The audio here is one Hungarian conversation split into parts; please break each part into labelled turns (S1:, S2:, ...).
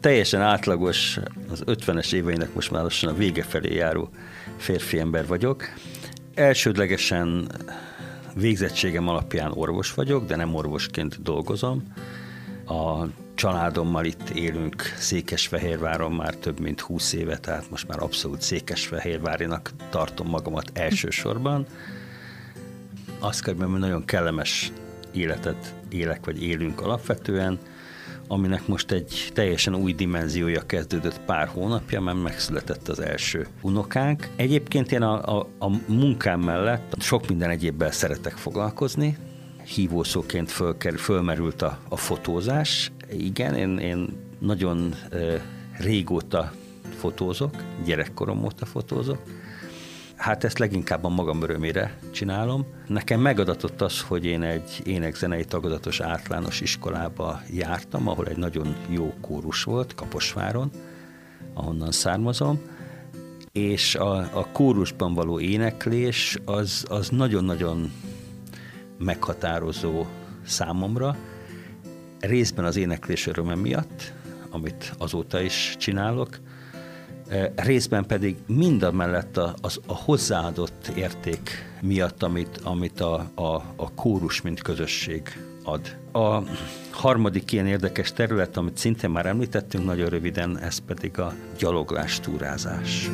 S1: teljesen átlagos, az 50-es éveinek most már lassan a vége felé járó férfi ember vagyok. Elsődlegesen végzettségem alapján orvos vagyok, de nem orvosként dolgozom. A családommal itt élünk Székesfehérváron már több mint 20 éve, tehát most már abszolút székesfehérvárinak tartom magamat elsősorban. Azt kell, hogy nagyon kellemes életet élek, vagy élünk alapvetően, aminek most egy teljesen új dimenziója kezdődött pár hónapja, mert megszületett az első unokánk. Egyébként én a munkám mellett sok minden egyébbel szeretek foglalkozni. Hívószóként fölmerült a fotózás. Igen, én nagyon régóta fotózok, gyerekkorom óta fotózok. Hát ezt leginkább a magam örömére csinálom. Nekem megadatott az, hogy én egy énekzenei tagozatos általános iskolába jártam, ahol egy nagyon jó kórus volt, Kaposváron, ahonnan származom, és a kórusban való éneklés az nagyon-nagyon meghatározó számomra, részben az éneklés öröme miatt, amit azóta is csinálok, részben pedig mindamellett a hozzáadott érték miatt, amit a kórus mint közösség ad. A harmadik ilyen érdekes terület, amit szintén már említettünk nagyon röviden, ez pedig a gyaloglás, túrázás.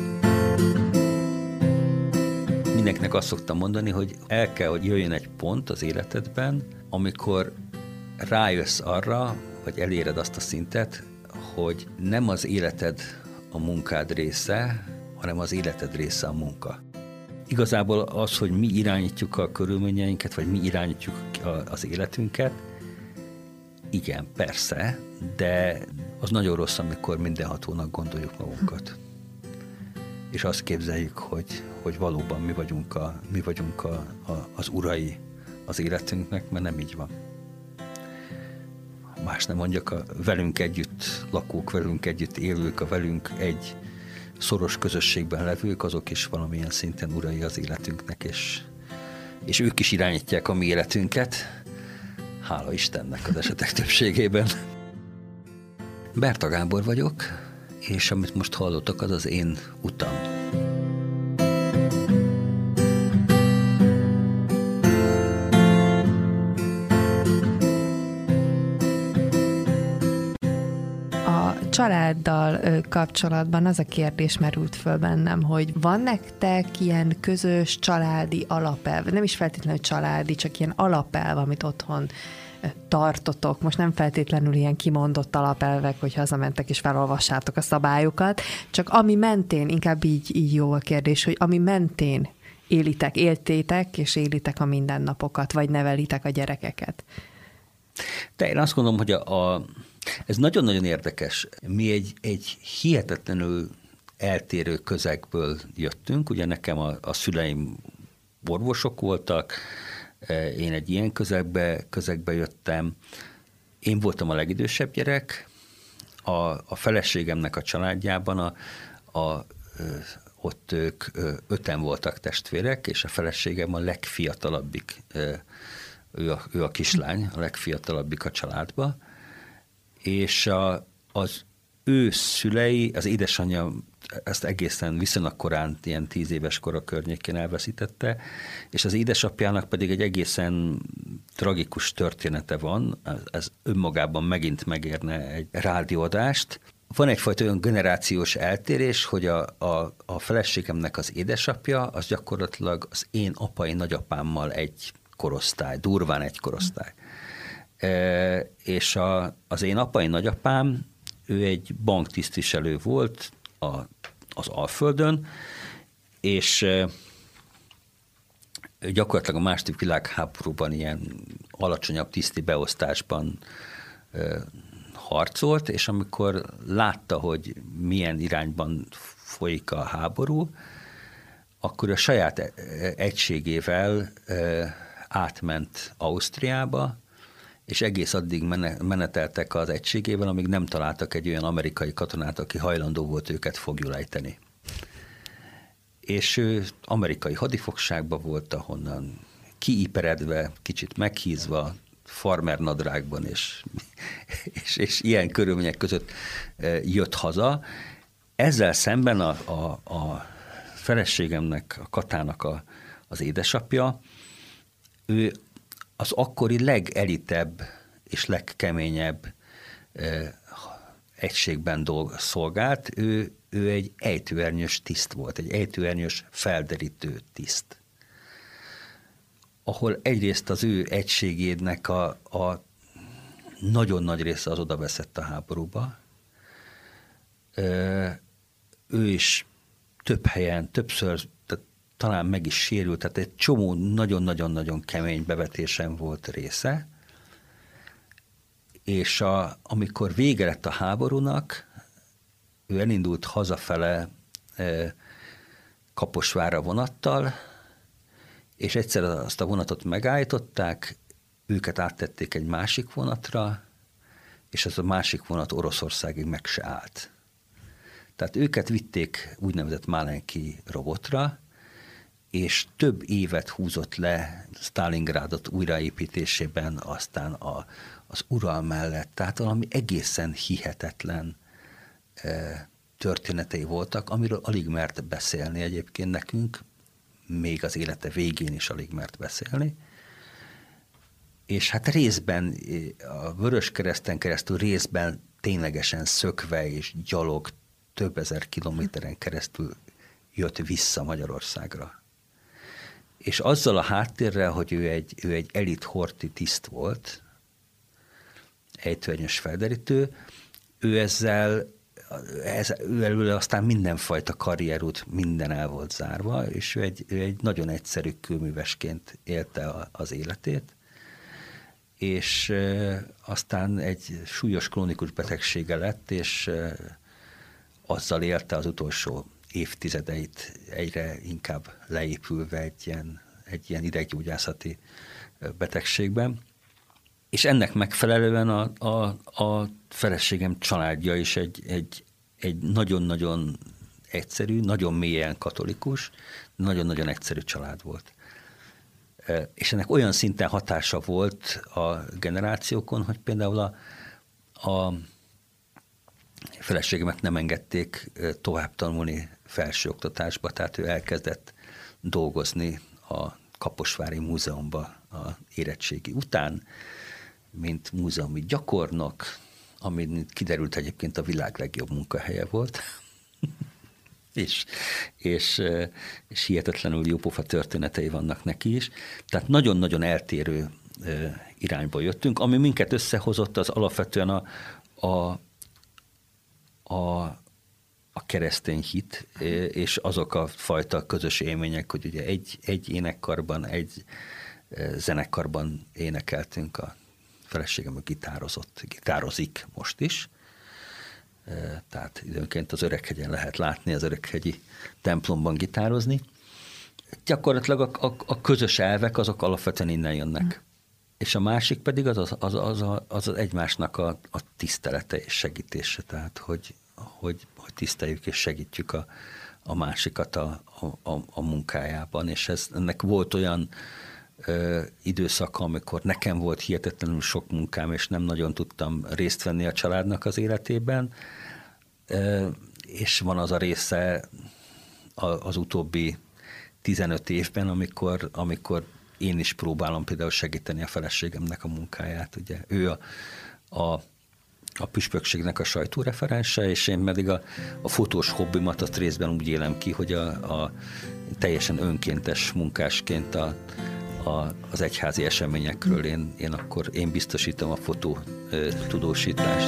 S1: Mindenkinek azt szoktam mondani, hogy el kell, hogy jöjjön egy pont az életedben, amikor rájössz arra, vagy eléred azt a szintet, hogy nem az életed a munkád része, hanem az életed része a munka. Igazából az, hogy mi irányítjuk a körülményeinket, vagy mi irányítjuk az életünket, igen, persze, de az nagyon rossz, amikor mindenhatónak gondoljuk magunkat. És azt képzeljük, hogy valóban mi vagyunk az urai az életünknek, mert nem így van. Más nem mondjak, a velünk együtt lakók, velünk együtt élők, a velünk egy szoros közösségben levők, azok is valamilyen szinten urai az életünknek, és ők is irányítják a mi életünket. Hála Istennek az esetek többségében. Berta Gábor vagyok, és amit most hallottak, az az én utam.
S2: Családdal kapcsolatban az a kérdés merült föl bennem, hogy van nektek ilyen közös családi alapelv, nem is feltétlenül családi, csak ilyen alapelv, amit otthon tartotok. Most nem feltétlenül ilyen kimondott alapelvek, hogy hazamentek és felolvassátok a szabályokat, csak ami mentén, inkább így jó a kérdés, hogy ami mentén éltétek és élitek a mindennapokat, vagy nevelitek a gyerekeket.
S1: De én azt gondolom, hogy ez nagyon-nagyon érdekes. Mi egy hihetetlenül eltérő közegből jöttünk. Ugye nekem a szüleim orvosok voltak, én egy ilyen közegbe jöttem. Én voltam a legidősebb gyerek. A feleségemnek a családjában ott ők 5-en voltak testvérek, és a feleségem a legfiatalabbik. Ő a kislány, a legfiatalabbik a családba. És az ő szülei, az édesanyja ezt egészen viszonylag korán, ilyen 10 éves kora környékén elveszítette, és az édesapjának pedig egy egészen tragikus története van, ez önmagában megint megérne egy rádióadást. Van egyfajta olyan generációs eltérés, hogy a feleségemnek az édesapja, az gyakorlatilag az én apai nagyapámmal egy korosztály, durván egy korosztály. És az én apai nagyapám, ő egy banktisztviselő volt az Alföldön, és gyakorlatilag a második világháborúban ilyen alacsonyabb tiszti beosztásban harcolt, és amikor látta, hogy milyen irányban folyik a háború, akkor a saját egységével átment Ausztriába, és egész addig meneteltek az egységével, amíg nem találtak egy olyan amerikai katonát, aki hajlandó volt őket foglyul ejteni. És ő amerikai hadifogságban volt, ahonnan kiiperedve, kicsit meghízva, farmer nadrágban, és ilyen körülmények között jött haza. Ezzel szemben a feleségemnek, a Katának az édesapja, ő az akkori legelitebb és legkeményebb egységben szolgált. Ő egy ejtőernyős tiszt volt, egy ejtőernyős felderítő tiszt, ahol egyrészt az ő egységének a nagyon nagy része az odaveszett a háborúba. Ő is több helyen, többször talán meg is sérült, tehát egy csomó nagyon-nagyon-nagyon kemény bevetésen volt része, és amikor vége lett a háborúnak, ő elindult hazafele Kaposvárra vonattal, és egyszer azt a vonatot megállították, őket áttették egy másik vonatra, és az a másik vonat Oroszországig meg se állt. Tehát őket vitték úgynevezett Málenki robotra, és több évet húzott le Stalingrádot újraépítésében, aztán az Ural mellett, tehát valami egészen hihetetlen történetei voltak, amiről alig mert beszélni egyébként nekünk, még az élete végén is alig mert beszélni. És hát részben a Vöröskereszten keresztül, részben ténylegesen szökve és gyalog több ezer kilométeren keresztül jött vissza Magyarországra. És azzal a háttérrel, hogy ő egy elit horti tiszt volt, ejtőernyős felderítő, ő előle aztán mindenfajta karrierút, minden el volt zárva, és ő egy nagyon egyszerű kőművesként élte az életét, és aztán egy súlyos krónikus betegsége lett, és azzal élte az utolsó évtizedeit, egyre inkább leépülve egy ilyen ideggyógyászati betegségben. És ennek megfelelően a feleségem családja is egy nagyon-nagyon egyszerű, nagyon mélyen katolikus, nagyon-nagyon egyszerű család volt. És ennek olyan szinten hatása volt a generációkon, hogy például a feleségemet nem engedték tovább tanulni felsőoktatásba, tehát ő elkezdett dolgozni a Kaposvári Múzeumba a érettségi után, mint múzeumi gyakornok, ami kiderült egyébként a világ legjobb munkahelye volt, és hihetetlenül jópofa történetei vannak neki is. Tehát nagyon-nagyon eltérő irányba jöttünk. Ami minket összehozott, az alapvetően a keresztény hit, és azok a fajta közös élmények, hogy ugye egy énekkarban, egy zenekarban énekeltünk, a feleségem gitározik most is, tehát időnként az Öreghegyen lehet látni, az Öreghegyi templomban gitározni. Gyakorlatilag a közös elvek azok alapvetően innen jönnek. És a másik pedig az egymásnak a tisztelete és segítése, tehát hogy tiszteljük és segítjük a másikat a munkájában, és ennek volt olyan időszaka, amikor nekem volt hihetetlenül sok munkám, és nem nagyon tudtam részt venni a családnak az életében, és van az a része az utóbbi 15 évben, amikor én is próbálom például segíteni a feleségemnek a munkáját. Ugye ő a püspökségnek a sajtóreferense, és én pedig a fotós hobbimat azt részben úgy élem ki, hogy a teljesen önkéntes munkásként az egyházi eseményekről én biztosítom a fotó tudósítást.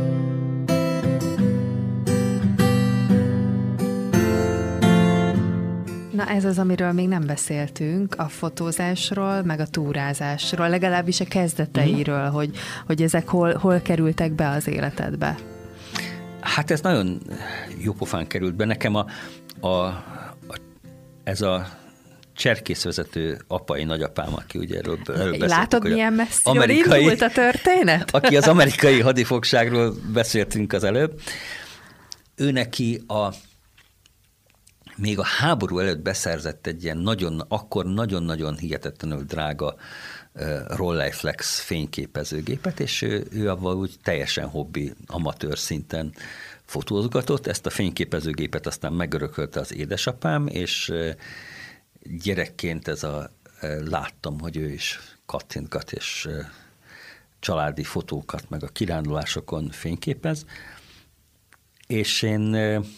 S2: Na ez az, amiről még nem beszéltünk, a fotózásról, meg a túrázásról, legalábbis a kezdeteiről, hogy ezek hol kerültek be az életedbe.
S1: Hát ez nagyon jópofán került be. Nekem ez a cserkészvezető apai nagyapám, aki ugye erről beszéltük.
S2: Látod, milyen messziről indult a történet?
S1: Aki az amerikai hadifogságról beszéltünk az előbb. Ő neki még a háború előtt beszerzett egy ilyen nagyon-nagyon hihetetlenül drága Rolleiflex fényképezőgépet, és ő avval úgy teljesen hobbi, amatőr szinten fotózgatott. Ezt a fényképezőgépet aztán megörökölte az édesapám, és gyerekként láttam, hogy ő is kattintgat, és családi fotókat, meg a kirándulásokon fényképez, és én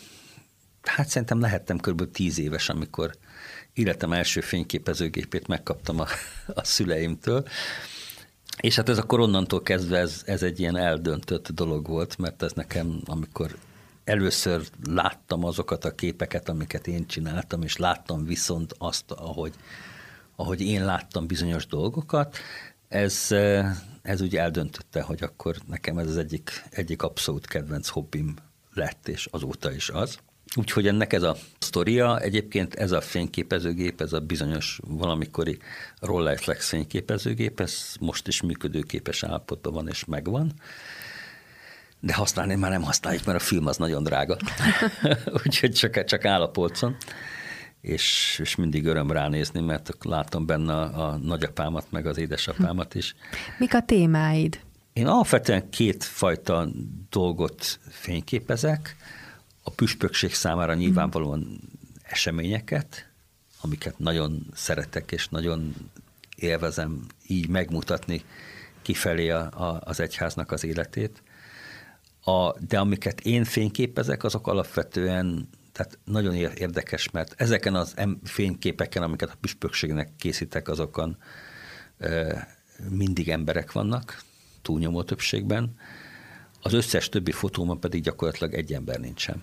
S1: hát szerintem lehettem kb. 10 éves, amikor életem első fényképezőgépét megkaptam a szüleimtől, és hát ez akkor onnantól kezdve ez egy ilyen eldöntött dolog volt, mert ez nekem, amikor először láttam azokat a képeket, amiket én csináltam, és láttam viszont azt, ahogy én láttam bizonyos dolgokat, ez úgy eldöntötte, hogy akkor nekem ez az egyik abszolút kedvenc hobbim lett, és azóta is az. Úgyhogy ennek ez a sztoria, egyébként ez a fényképezőgép, ez a bizonyos valamikori Rolleiflex fényképezőgép, ez most is működőképes állapotban van, és megvan. De használni már nem használjuk, mert a film az nagyon drága. Úgyhogy csak áll a polcon. És mindig öröm ránézni, mert látom benne a nagyapámat, meg az édesapámat is.
S2: Mik a témáid?
S1: Én alapvetően 2 fajta dolgot fényképezek. A püspökség számára nyilvánvalóan eseményeket, amiket nagyon szeretek, és nagyon élvezem így megmutatni kifelé az egyháznak az életét. De amiket én fényképezek, azok alapvetően tehát nagyon érdekes, mert ezeken az fényképeken, amiket a püspökségnek készítek, azokon mindig emberek vannak, túlnyomó többségben. Az összes többi fotóban pedig gyakorlatilag egy ember nincsen.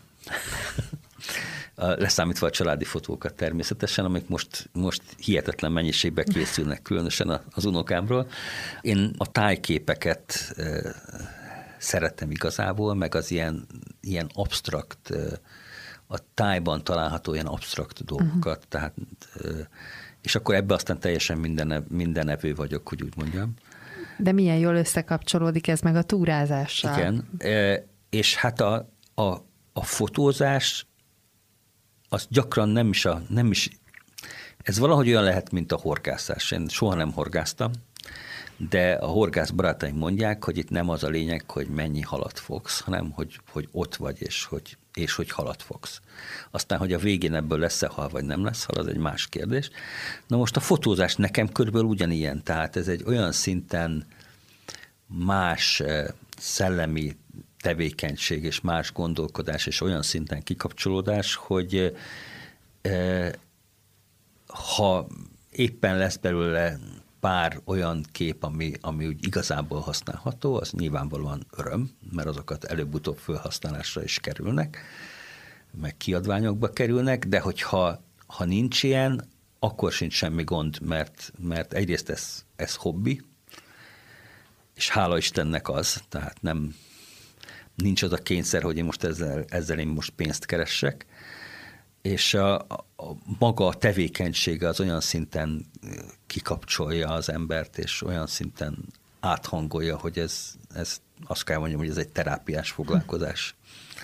S1: Leszámítva a családi fotókat természetesen, amik most hihetetlen mennyiségben készülnek, különösen az unokámról. Én a tájképeket szeretem igazából, meg az ilyen absztrakt, a tájban található ilyen absztrakt dolgokat, tehát, és akkor ebbe aztán teljesen mindenevő vagyok, hogy úgy mondjam.
S2: De milyen jól összekapcsolódik ez meg a túrázással.
S1: Igen, és hát a fotózás az gyakran nem is, ez valahogy olyan lehet, mint a horgászás. Én soha nem horgáztam, de a horgász barátaim mondják, hogy itt nem az a lényeg, hogy mennyi halat fogsz, hanem hogy ott vagy, és hogy halat fogsz. Aztán, hogy a végén ebből lesz-e hal, vagy nem lesz hal, az egy más kérdés. Na most a fotózás nekem körülbelül ugyanilyen, tehát ez egy olyan szinten más szellemi tevékenység, és más gondolkodás, és olyan szinten kikapcsolódás, hogy ha éppen lesz belőle pár olyan kép, ami úgy igazából használható, az nyilvánvalóan öröm, mert azokat előbb-utóbb felhasználásra is kerülnek, meg kiadványokba kerülnek, de hogyha nincs ilyen, akkor sincs semmi gond, mert egyrészt ez hobbi, és hála Istennek az, tehát nincs az a kényszer, hogy én most ezzel én most pénzt keressek, és maga a tevékenysége az olyan szinten kikapcsolja az embert, és olyan szinten áthangolja, hogy ez azt kell mondjam, hogy ez egy terápiás foglalkozás.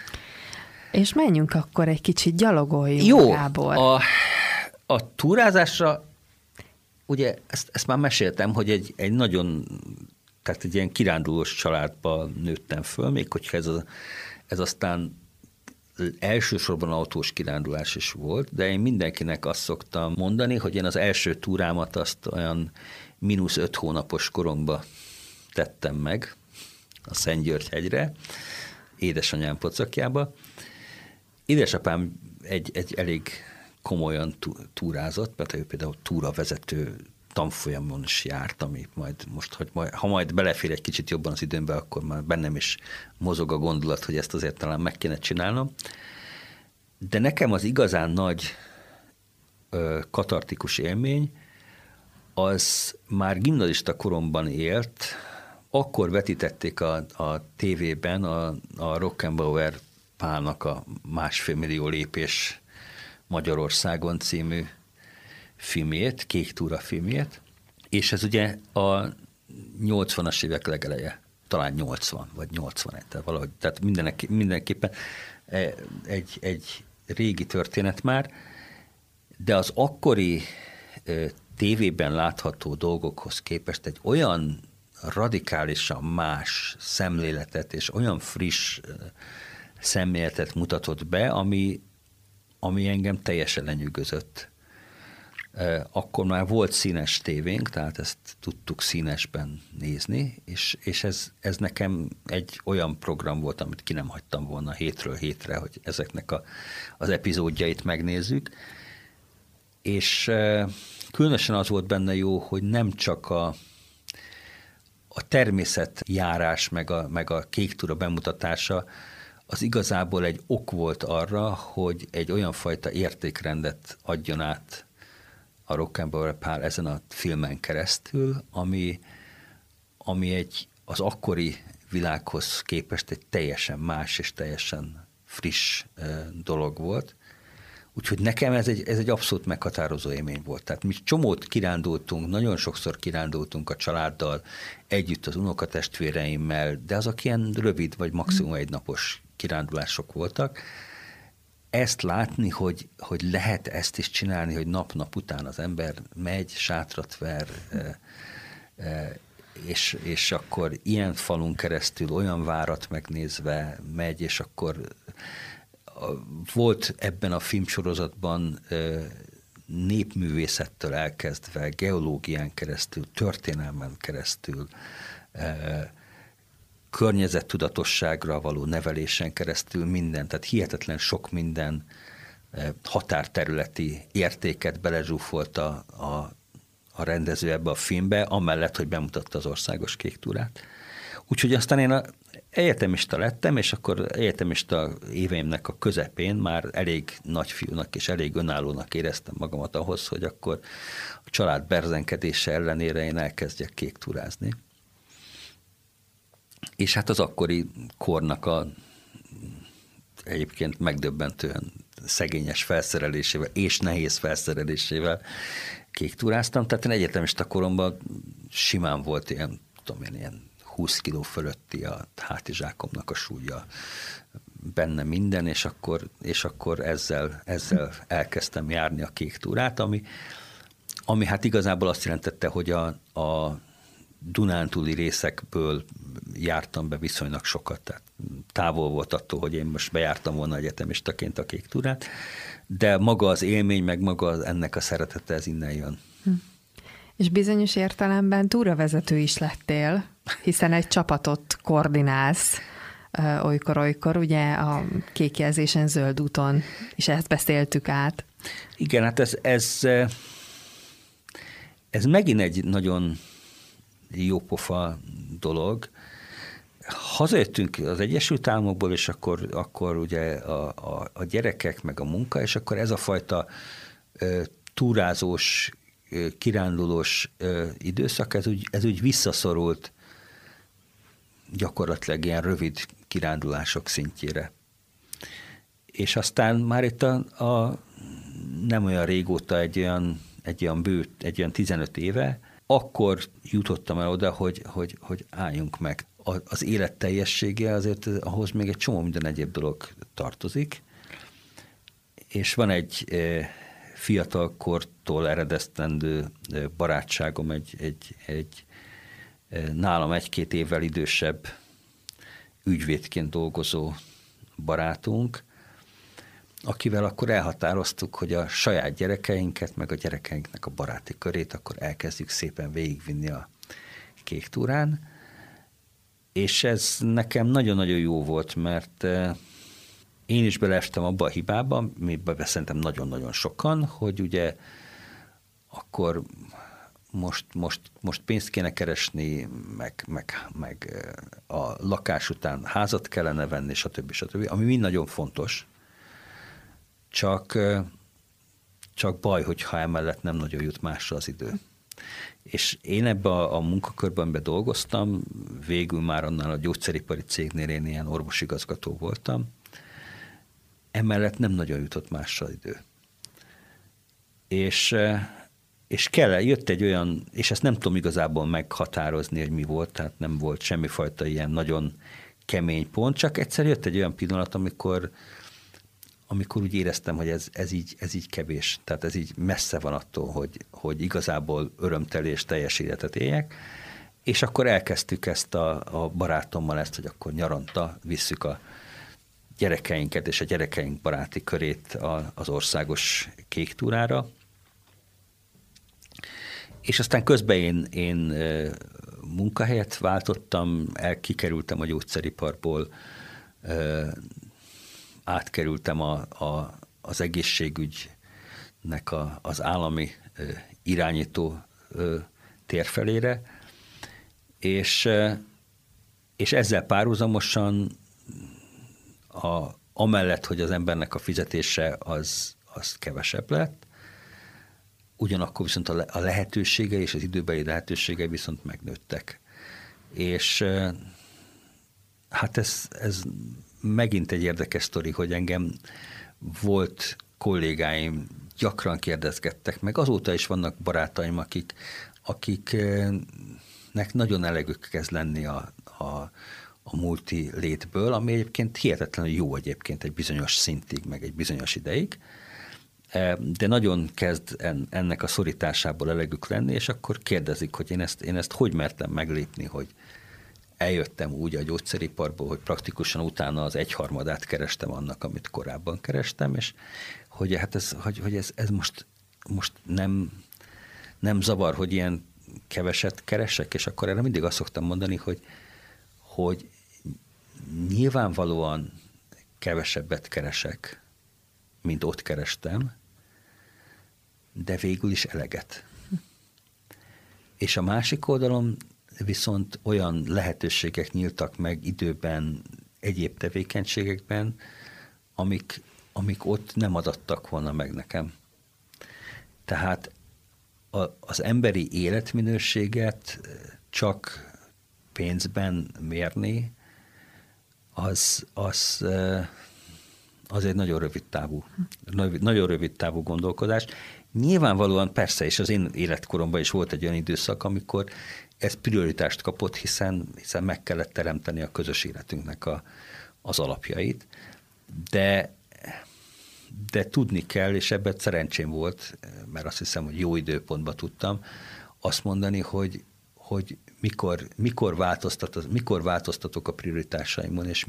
S2: És menjünk akkor egy kicsit, gyalogoljunk, Gábor.
S1: Jó, a túrázásra, ugye ezt már meséltem, hogy egy nagyon, tehát egy ilyen kirándulós családban nőttem föl, még hogyha ez aztán elsősorban autós kirándulás is volt, de én mindenkinek azt szoktam mondani, hogy én az első túrámat azt olyan -5 hónapos koromba tettem meg a Szentgyörgy-hegyre, édesanyám pocakjába. Édesapám egy elég komolyan túrázott, mert ő például túravezető tanfolyamon is járt, ami ha majd belefér egy kicsit jobban az időmbe, akkor már bennem is mozog a gondolat, hogy ezt azért talán meg kéne csinálnom. De nekem az igazán nagy katartikus élmény, az már gimnazista koromban élt, akkor vetítették a tévében a Rockenbauer Pálnak a 1,5 millió lépés Magyarországon című filmjét, Kék túra filmjét, és ez ugye a 80-as évek legeleje, talán 80 vagy 81, tehát valahogy, tehát mindenképpen egy régi történet már, de az akkori tévében látható dolgokhoz képest egy olyan radikálisan más szemléletet és olyan friss szemléletet mutatott be, ami engem teljesen lenyűgözött. Akkor már volt színes tévénk, tehát ezt tudtuk színesben nézni, és ez nekem egy olyan program volt, amit ki nem hagytam volna hétről hétre, hogy ezeknek az epizódjait megnézzük. És különösen az volt benne jó, hogy nem csak a természetjárás, meg a kék túra bemutatása, az igazából egy ok volt arra, hogy egy olyan fajta értékrendet adjon át a Rockambeau pár ezen a filmen keresztül, ami az akkori világhoz képest egy teljesen más és teljesen friss dolog volt. Úgyhogy nekem ez egy abszolút meghatározó élmény volt. Tehát mi csomót kirándultunk, nagyon sokszor kirándultunk a családdal, együtt az unokatestvéreimmel, de azok ilyen rövid vagy maximum egynapos kirándulások voltak. Ezt látni, hogy lehet ezt is csinálni, hogy nap-nap után az ember megy, sátrat ver, és akkor ilyen falun keresztül, olyan várat megnézve megy, és akkor volt ebben a filmsorozatban népművészettől elkezdve, geológián keresztül, történelmen keresztül, környezettudatosságra való nevelésen keresztül minden, tehát hihetetlen sok minden határterületi értéket belezsúfolt a rendező ebbe a filmbe, amellett, hogy bemutatta az országos kék túrát. Úgyhogy aztán én egyetemista lettem, és akkor egyetemista éveimnek a közepén már elég nagyfiúnak és elég önállónak éreztem magamat ahhoz, hogy akkor a család berzenkedése ellenére én elkezdjek kék túrázni. És hát az akkori kornak egyébként megdöbbentően szegényes felszerelésével és nehéz felszerelésével kék túráztam. Tehát én egyetemista koromban simán volt ilyen 20 kiló fölötti a hátizsákomnak a súlya, benne minden, és akkor ezzel elkezdtem járni a kék túrát, ami hát igazából azt jelentette, hogy a Dunántúli részekből jártam be viszonylag sokat, tehát távol volt attól, hogy én most bejártam volna egyetemistaként a kék túrát, de maga az élmény, meg maga ennek a szeretete, ez innen jön.
S2: És bizonyos értelemben túravezető is lettél, hiszen egy csapatot koordinálsz olykor-olykor, ugye a kékjelzésen zöld úton, és ezt beszéltük át.
S1: Igen, hát ez megint egy nagyon jópofa dolog. Hazajöttünk az Egyesült Államokból, és akkor ugye a gyerekek, meg a munka, és akkor ez a fajta túrázós, kirándulós időszak, ez úgy visszaszorult gyakorlatilag ilyen rövid kirándulások szintjére. És aztán már itt nem olyan régóta, egy olyan 15 éve, akkor jutottam el oda, hogy álljunk meg. Az élet teljessége azért ahhoz még egy csomó minden egyéb dolog tartozik, és van egy fiatal kortól eredeztendő barátságom, egy nálam 1-2 évvel idősebb ügyvédként dolgozó barátunk, akivel akkor elhatároztuk, hogy a saját gyerekeinket, meg a gyerekeinknek a baráti körét akkor elkezdjük szépen végigvinni a kék túrán, és ez nekem nagyon-nagyon jó volt, mert én is beleestem abba a hibába, amiben szerintem nagyon-nagyon sokan, hogy ugye akkor most pénzt kéne keresni, meg a lakás után házat kellene venni, stb. Ami mind nagyon fontos. Csak baj, hogyha emellett nem nagyon jut másra az idő. És én ebben a munkakörben, amiben dolgoztam, végül már annál a gyógyszeripari cégnél én ilyen orvosigazgató voltam, emellett nem nagyon jutott másra idő. És jött egy olyan, és ezt nem tudom igazából meghatározni, hogy mi volt, tehát nem volt semmifajta ilyen nagyon kemény pont, csak egyszer jött egy olyan pillanat, amikor amikor úgy éreztem, hogy ez így kevés, tehát ez így messze van attól, hogy igazából örömteli és teljes életet éljek, és akkor elkezdtük ezt a barátommal ezt, hogy akkor nyaranta visszük a gyerekeinket és a gyerekeink baráti körét az országos kék túrára. És aztán közben én munkahelyet váltottam, kikerültem a gyógyszeriparból, átkerültem az egészségügynek az állami irányító térfelére, és ezzel párhuzamosan amellett, hogy az embernek a fizetése az kevesebb lett, ugyanakkor viszont a lehetőségei és az időbeli lehetőségei viszont megnőttek. És hát ez megint egy érdekes sztori, hogy engem volt kollégáim, gyakran kérdezgettek, meg azóta is vannak barátaim, akiknek nagyon elegük kezd lenni a multi létből, ami egyébként hihetetlenül jó egyébként egy bizonyos szintig, meg egy bizonyos ideig, de nagyon kezd ennek a szorításából elegük lenni, és akkor kérdezik, hogy én ezt hogy mertem meglépni, hogy eljöttem úgy a gyógyszeriparból, hogy praktikusan utána az 1/3 kerestem annak, amit korábban kerestem, és hogy hát ez most nem zavar, hogy ilyen keveset keresek, és akkor erre mindig azt szoktam mondani, hogy nyilvánvalóan kevesebbet keresek, mint ott kerestem, de végül is eleget. És a másik oldalon viszont olyan lehetőségek nyíltak meg időben, egyéb tevékenységekben, amik ott nem adattak volna meg nekem. Tehát az emberi életminőséget csak pénzben mérni, az egy nagyon rövid távú gondolkodás. Nyilvánvalóan persze, és az én életkoromban is volt egy olyan időszak, amikor ez prioritást kapott, hiszen meg kellett teremteni a közös életünknek az alapjait, de tudni kell, és ebben szerencsém volt, mert azt hiszem, hogy jó időpontban tudtam azt mondani, hogy mikor változtatok a prioritásaimon, és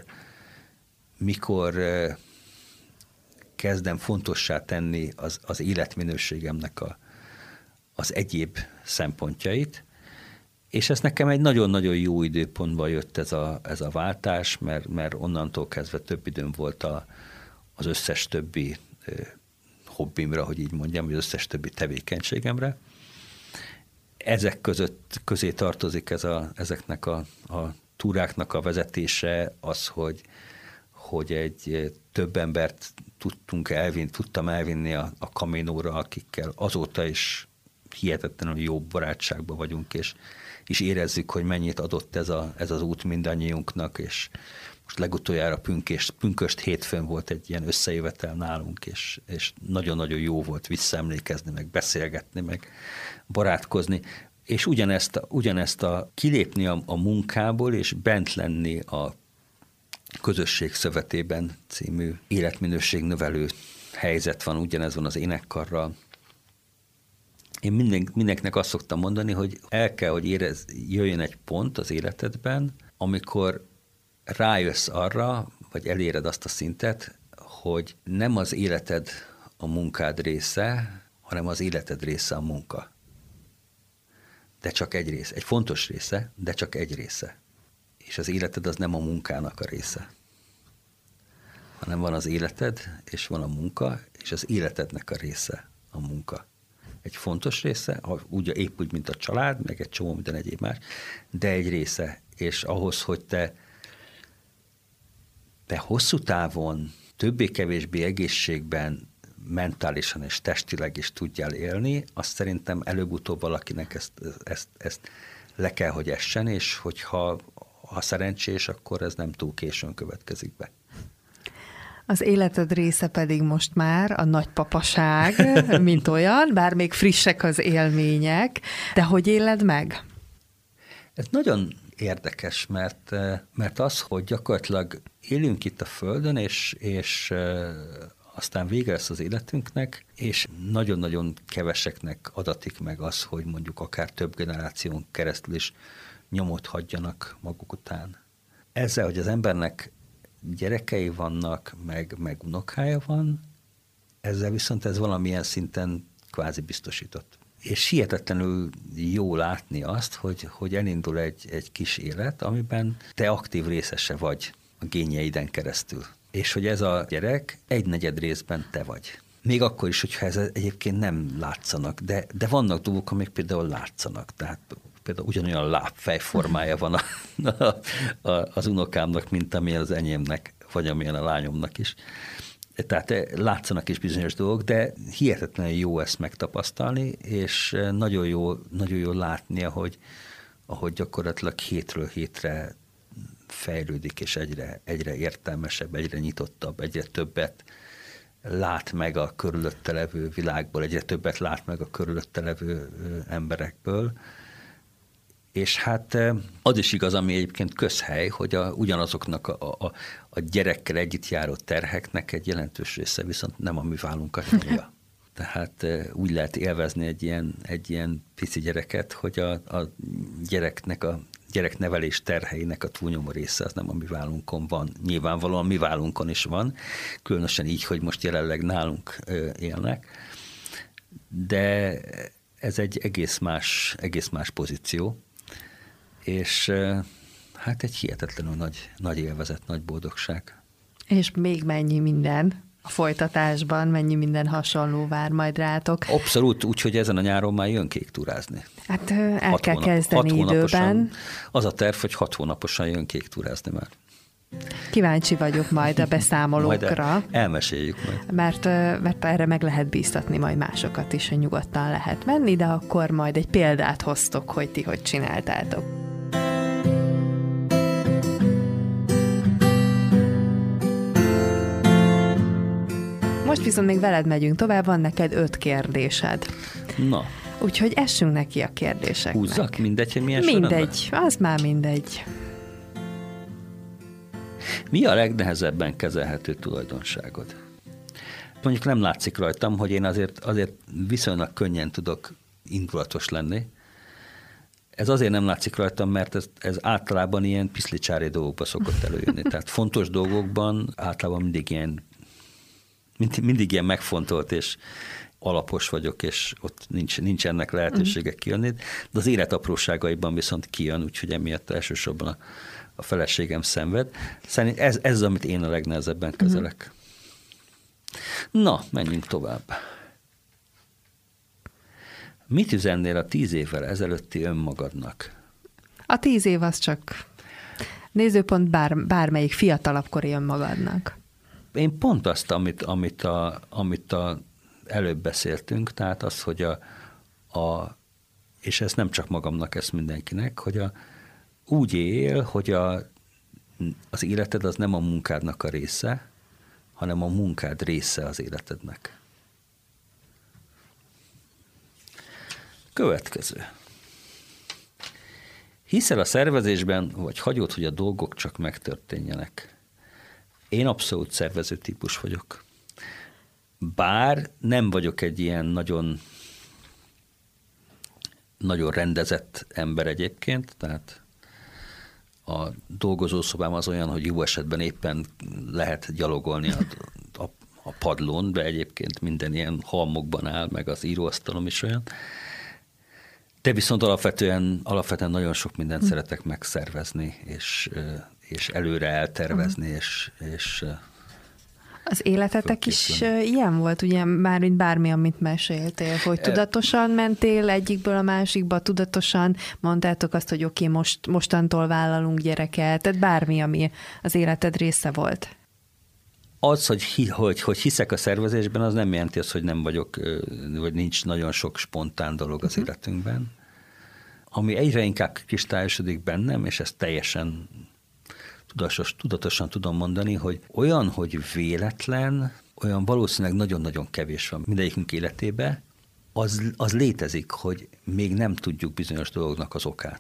S1: mikor kezdem fontossá tenni az életminőségemnek az egyéb szempontjait, és ez nekem egy nagyon-nagyon jó időpontban jött ez a váltás, mert onnantól kezdve több időm volt az összes többi hobbimra, hogy így mondjam, vagy az összes többi tevékenységemre. Ezek közé tartozik ezeknek a túráknak a vezetése, az, hogy egy több embert tudtam elvinni a Caminóra, akikkel azóta is hihetetlenül jó barátságban vagyunk, és érezzük, hogy mennyit adott ez az út mindannyiunknak, és most legutoljára pünkösd hétfőn volt egy ilyen összejövetel nálunk, és nagyon-nagyon jó volt visszaemlékezni, meg beszélgetni, meg barátkozni, és ugyanezt kilépni a munkából, és bent lenni a Közösség szövetében című életminőségnövelő helyzet van, ugyanez van az énekkarral. Én mindenkinek azt szoktam mondani, hogy el kell, hogy jöjjön egy pont az életedben, amikor rájössz arra, vagy eléred azt a szintet, hogy nem az életed a munkád része, hanem az életed része a munka. De csak egy része. Egy fontos része, de csak egy része. És az életed az nem a munkának a része, hanem van az életed, és van a munka, és az életednek a része a munka. Egy fontos része, épp úgy, mint a család, meg egy csomó minden egyéb más, de egy része. És ahhoz, hogy te hosszú távon többé-kevésbé egészségben, mentálisan és testileg is tudjál élni, azt szerintem előbb-utóbb valakinek ezt le kell, hogy essen, és hogyha szerencsés, akkor ez nem túl későn következik be.
S2: Az életed része pedig most már a nagypapaság, mint olyan, bár még frissek az élmények, de hogy éled meg?
S1: Ez nagyon érdekes, mert az, hogy gyakorlatilag élünk itt a Földön, és aztán vége lesz az életünknek, és nagyon-nagyon keveseknek adatik meg az, hogy mondjuk akár több generáción keresztül is nyomot hagyjanak maguk után. Ezzel, hogy az embernek gyerekei vannak, meg unokája van, ezzel viszont ez valamilyen szinten kvázi biztosított. És hihetetlenül jó látni azt, hogy elindul egy kis élet, amiben te aktív részese vagy a génjeiden keresztül. És hogy ez a gyerek 1/4 részben te vagy. Még akkor is, hogyha ez egyébként nem látszanak, de vannak dolgok, amik például látszanak. Tehát például ugyanolyan lábfejformája van az unokámnak, mint amilyen az enyémnek, vagy amilyen a lányomnak is. Tehát látszanak is bizonyos dolgok, de hihetetlenül jó ezt megtapasztalni, és nagyon jó látni, ahogy gyakorlatilag hétről hétre fejlődik, és egyre értelmesebb, egyre nyitottabb, egyre többet lát meg a körülötte levő világból, egyre többet lát meg a körülötte levő emberekből. És hát az is igaz, ami egyébként közhely, hogy ugyanazoknak a gyerekkel együtt járó terheknek egy jelentős része viszont nem a mi vállunkat nyomja. Tehát úgy lehet élvezni egy ilyen pici gyereket, hogy a gyereknevelés terheinek a túlnyomó része az nem a mi vállunkon van. Nyilvánvalóan mi vállunkon is van, különösen így, hogy most jelenleg nálunk élnek, de ez egy egész más pozíció, és hát egy hihetetlenül nagy élvezet, nagy boldogság.
S2: És még mennyi minden a folytatásban, mennyi minden hasonló vár majd rátok.
S1: Abszolút, úgyhogy ezen a nyáron már jön kéktúrázni.
S2: Hát el kell kezdeni időben.
S1: Az a terv, hogy 6 hónaposan jön kéktúrázni már.
S2: Kíváncsi vagyok majd a beszámolókra.
S1: Majd elmeséljük majd.
S2: Mert erre meg lehet bíztatni majd másokat is, hogy nyugodtan lehet menni, de akkor majd egy példát hoztok, hogy ti hogy csináltátok. Most viszont még veled megyünk tovább, van neked 5 kérdésed.
S1: Na.
S2: Úgyhogy essünk neki a kérdéseknek.
S1: Húzzak? Mindegy, hogy milyen
S2: mindegy,
S1: sorrendben?
S2: Az már mindegy.
S1: Mi a legnehezebben kezelhető tulajdonságod? Mondjuk nem látszik rajtam, hogy én azért viszonylag könnyen tudok indulatos lenni. Ez azért nem látszik rajtam, mert ez általában ilyen piszlicsári dolgokba szokott előjönni. Tehát fontos dolgokban általában mindig ilyen megfontolt és alapos vagyok, és ott nincs ennek lehetősége kijönni, de az élet apróságaiban viszont kijön, úgyhogy emiatt elsősorban a feleségem szenved. Szerintem ez az, amit én a legnehezebben kezelek. Na, menjünk tovább. Mit üzennél a 10 évvel ezelőtti önmagadnak?
S2: A 10 év az csak nézőpont bármelyik fiatalabbkori önmagadnak.
S1: Én pont azt, amit előbb beszéltünk, tehát az, hogy és ez nem csak magamnak, ez mindenkinek, hogy úgy él, hogy az életed az nem a munkádnak a része, hanem a munkád része az életednek. Következő. Hiszel a szervezésben, vagy hagyod, hogy a dolgok csak megtörténjenek? Én abszolút szervező típus vagyok. Bár nem vagyok egy ilyen nagyon rendezett ember egyébként, tehát a dolgozószobám az olyan, hogy jó esetben éppen lehet gyalogolni a padlón, de egyébként minden ilyen halmokban áll, meg az íróasztalom is olyan. De viszont alapvetően nagyon sok mindent szeretek megszervezni, és előre eltervezni, és
S2: az életetek is ilyen volt, ugye már mint bármi, amit meséltél, hogy tudatosan mentél egyikből a másikba, tudatosan mondtátok azt, hogy oké, mostantól vállalunk gyereket, tehát bármi, ami az életed része volt.
S1: Az, hogy hiszek a szervezésben, az nem jelenti azt, hogy nem vagyok, vagy nincs nagyon sok spontán dolog az életünkben. Ami egyre inkább kristályosodik bennem, és ezt teljesen tudatosan tudom mondani, hogy olyan, hogy véletlen, olyan valószínűleg nagyon-nagyon kevés van mindegyikünk életében, az létezik, hogy még nem tudjuk bizonyos dolgoknak az okát.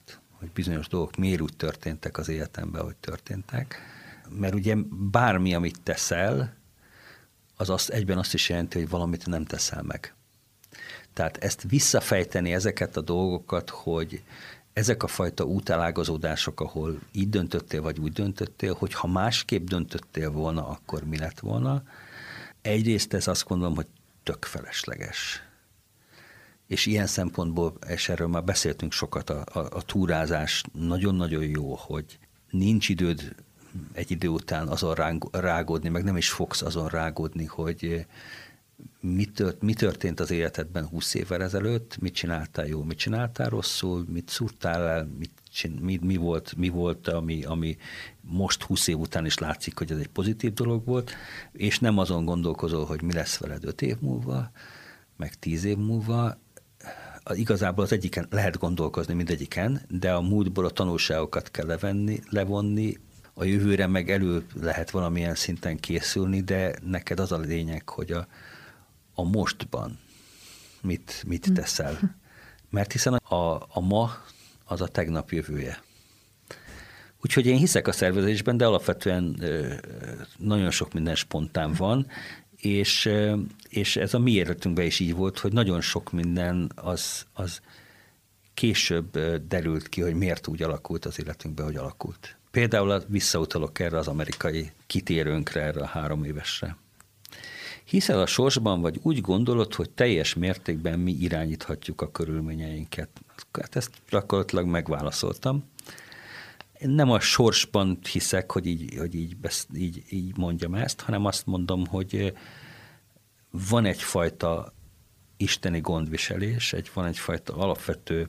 S1: hogy bizonyos dolgok miért úgy történtek az életemben, hogy történtek. Mert ugye bármi, amit teszel, az egyben azt is jelenti, hogy valamit nem teszel meg. Tehát ezt visszafejteni, ezeket a dolgokat, hogy ezek a fajta útelágazódások, ahol így döntöttél, vagy úgy döntöttél, hogy ha másképp döntöttél volna, akkor mi lett volna. Egyrészt ez azt gondolom, hogy tök felesleges. És ilyen szempontból, és erről már beszéltünk sokat, a túrázás nagyon-nagyon jó, hogy nincs időd egy idő után azon rágódni, meg nem is fogsz azon rágódni, hogy mi történt az életedben 20 évvel ezelőtt, mit csináltál jól, mit csináltál rosszul, mit szúrtál el, mi volt ami most 20 év után is látszik, hogy ez egy pozitív dolog volt, és nem azon gondolkozol, hogy mi lesz veled 5 év múlva, meg 10 év múlva. Igazából az egyiken lehet gondolkozni mindegyiken, de a múltból a tanulságokat kell levonni, a jövőre meg elő lehet valamilyen szinten készülni, de neked az a lényeg, hogy a mostban mit teszel. Mert hiszen a ma az a tegnap jövője. Úgyhogy én hiszek a szervezésben, de alapvetően nagyon sok minden spontán van, és ez a mi életünkben is így volt, hogy nagyon sok minden az később derült ki, hogy miért úgy alakult az életünkben, hogy alakult. Például visszautalok erre az amerikai kitérőnkre, erre a 3 évesre. Hiszel a sorsban, vagy úgy gondolod, hogy teljes mértékben mi irányíthatjuk a körülményeinket? Hát ezt gyakorlatilag megválaszoltam. Én nem a sorsban hiszek, hogy így mondjam ezt, hanem azt mondom, hogy van egyfajta isteni gondviselés, van egyfajta alapvető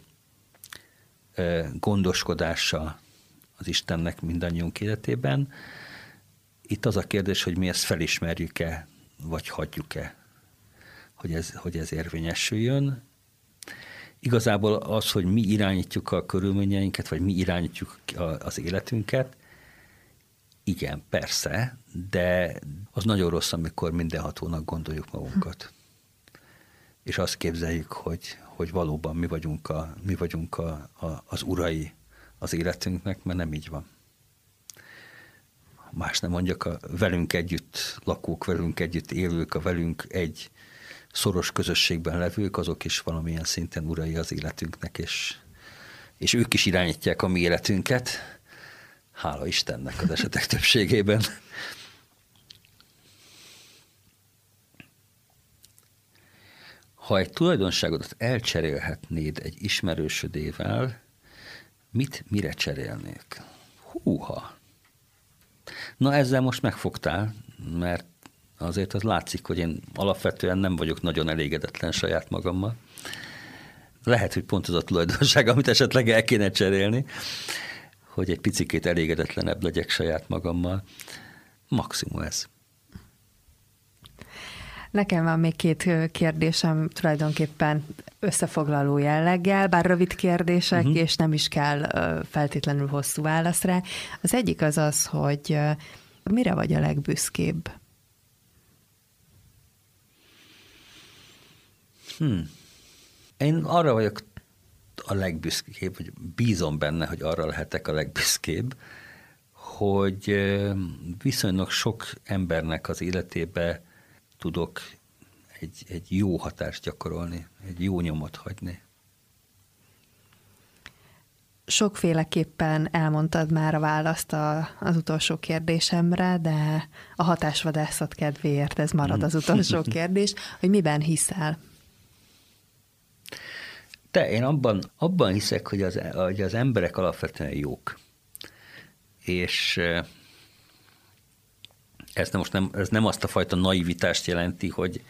S1: gondoskodása az Istennek mindannyiunk életében. Itt az a kérdés, hogy mi ezt felismerjük-e, vagy hagyjuk-e, hogy ez érvényesüljön. Igazából az, hogy mi irányítjuk a körülményeinket, vagy mi irányítjuk az életünket, igen, persze, de az nagyon rossz, amikor mindenhatónak gondoljuk magunkat. És azt képzeljük, hogy valóban mi vagyunk az urai az életünknek, mert nem így van. Más nem mondjak, a velünk együtt lakók, velünk együtt élők, a velünk egy szoros közösségben levők, azok is valamilyen szinten urai az életünknek, és ők is irányítják a mi életünket. Hála Istennek az esetek többségében. Ha egy tulajdonságodat elcserélhetnéd egy ismerősödével, mire cserélnék? Húha! Na ezzel most megfogtál, mert azért az látszik, hogy én alapvetően nem vagyok nagyon elégedetlen saját magammal. Lehet, hogy pont az a tulajdonság, amit esetleg el kéne cserélni, hogy egy picikét elégedetlenebb legyek saját magammal. Maximum ez.
S2: Nekem van még 2 kérdésem tulajdonképpen összefoglaló jelleggel, bár rövid kérdések, és nem is kell feltétlenül hosszú válasz rá. Az egyik az, hogy mire vagy a legbüszkébb?
S1: Én arra vagyok a legbüszkébb, hogy bízom benne, hogy arra lehetek a legbüszkébb, hogy viszonylag sok embernek az életébe tudok egy jó hatást gyakorolni, egy jó nyomot hagyni.
S2: Sokféleképpen elmondtad már a választ az utolsó kérdésemre, de a hatásvadászat kedvéért ez marad az utolsó kérdés, hogy miben hiszel?
S1: Én abban hiszek, hogy az emberek alapvetően jók. És ez nem azt a fajta naivitást jelenti,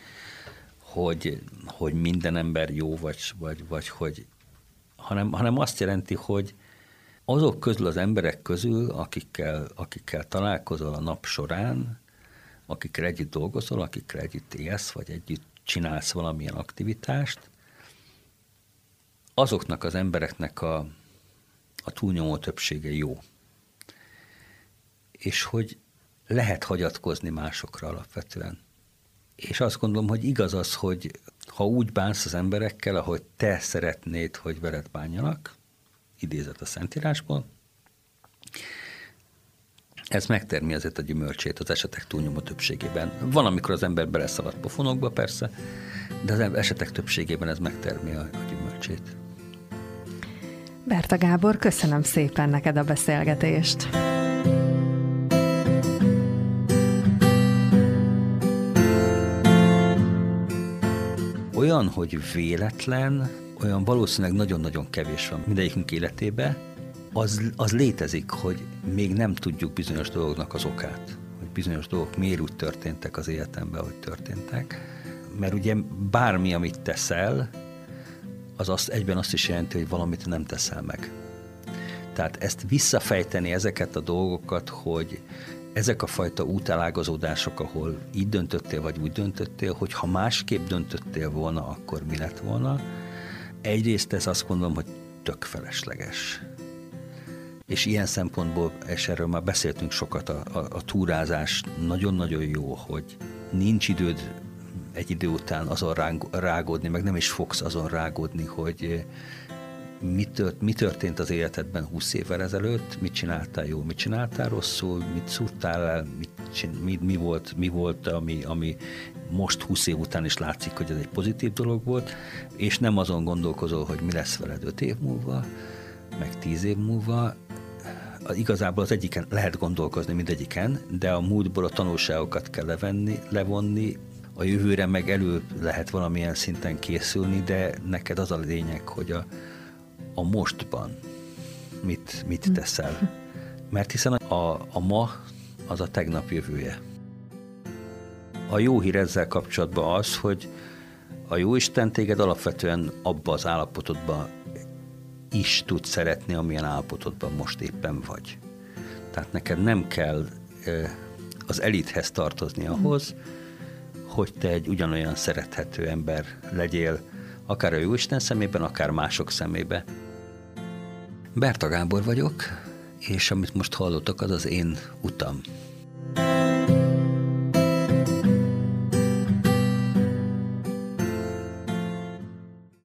S1: hogy minden ember jó, vagy hogy, hanem azt jelenti, hogy azok közül az emberek közül, akikkel találkozol a nap során, akikkel együtt dolgozol, akikkel együtt élsz, vagy együtt csinálsz valamilyen aktivitást, azoknak az embereknek a túlnyomó többsége jó. És hogy lehet hagyatkozni másokra alapvetően. És azt gondolom, hogy igaz az, hogy ha úgy bánsz az emberekkel, ahogy te szeretnéd, hogy veled bánjanak, idézet a Szentírásból. Ez megtermi azért a gyümölcsét az esetek túlnyomó többségében. Van, amikor az ember beleszalad pofonokba persze, de az esetek többségében ez megtermi a gyümölcsét.
S2: Berta Gábor, köszönöm szépen neked a beszélgetést.
S1: Olyan, hogy véletlen, olyan valószínűleg nagyon-nagyon kevés van mindegyikünk életében, az létezik, hogy még nem tudjuk bizonyos dolgoknak az okát, hogy bizonyos dolgok miért úgy történtek az életemben, hogy történtek. Mert ugye bármi, amit teszel, az egyben azt is jelenti, hogy valamit nem teszel meg. Tehát ezt visszafejteni, ezeket a dolgokat, hogy ezek a fajta útelágazódások, ahol így döntöttél, vagy úgy döntöttél, hogy ha másképp döntöttél volna, akkor mi lett volna. Egyrészt ez azt gondolom, hogy tök felesleges. És ilyen szempontból, és erről már beszéltünk sokat, a túrázás nagyon-nagyon jó, hogy nincs időd egy idő után azon rágódni, meg nem is fogsz azon rágódni, hogy mi történt az életedben 20 évvel ezelőtt, mit csináltál jól, mit csináltál rosszul, mit szúrtál el, mi volt, ami most 20 év után is látszik, hogy ez egy pozitív dolog volt, és nem azon gondolkozol, hogy mi lesz veled 5 év múlva, meg 10 év múlva. Igazából az egyiken lehet gondolkozni mindegyiken, de a múltból a tanulságokat kell levonni, a jövőre meg elő lehet valamilyen szinten készülni, de neked az a lényeg, hogy a mostban mit teszel. Mert hiszen a ma az a tegnap jövője. A jó hír ezzel kapcsolatban az, hogy a Jóisten téged alapvetően abba az állapotodban is tud szeretni, amilyen állapotodban most éppen vagy. Tehát neked nem kell az elithez tartozni ahhoz, hogy te egy ugyanolyan szerethető ember legyél, akár a Jóisten szemében, akár mások szemében. Berta Gábor vagyok, és amit most hallottak, az az én utam.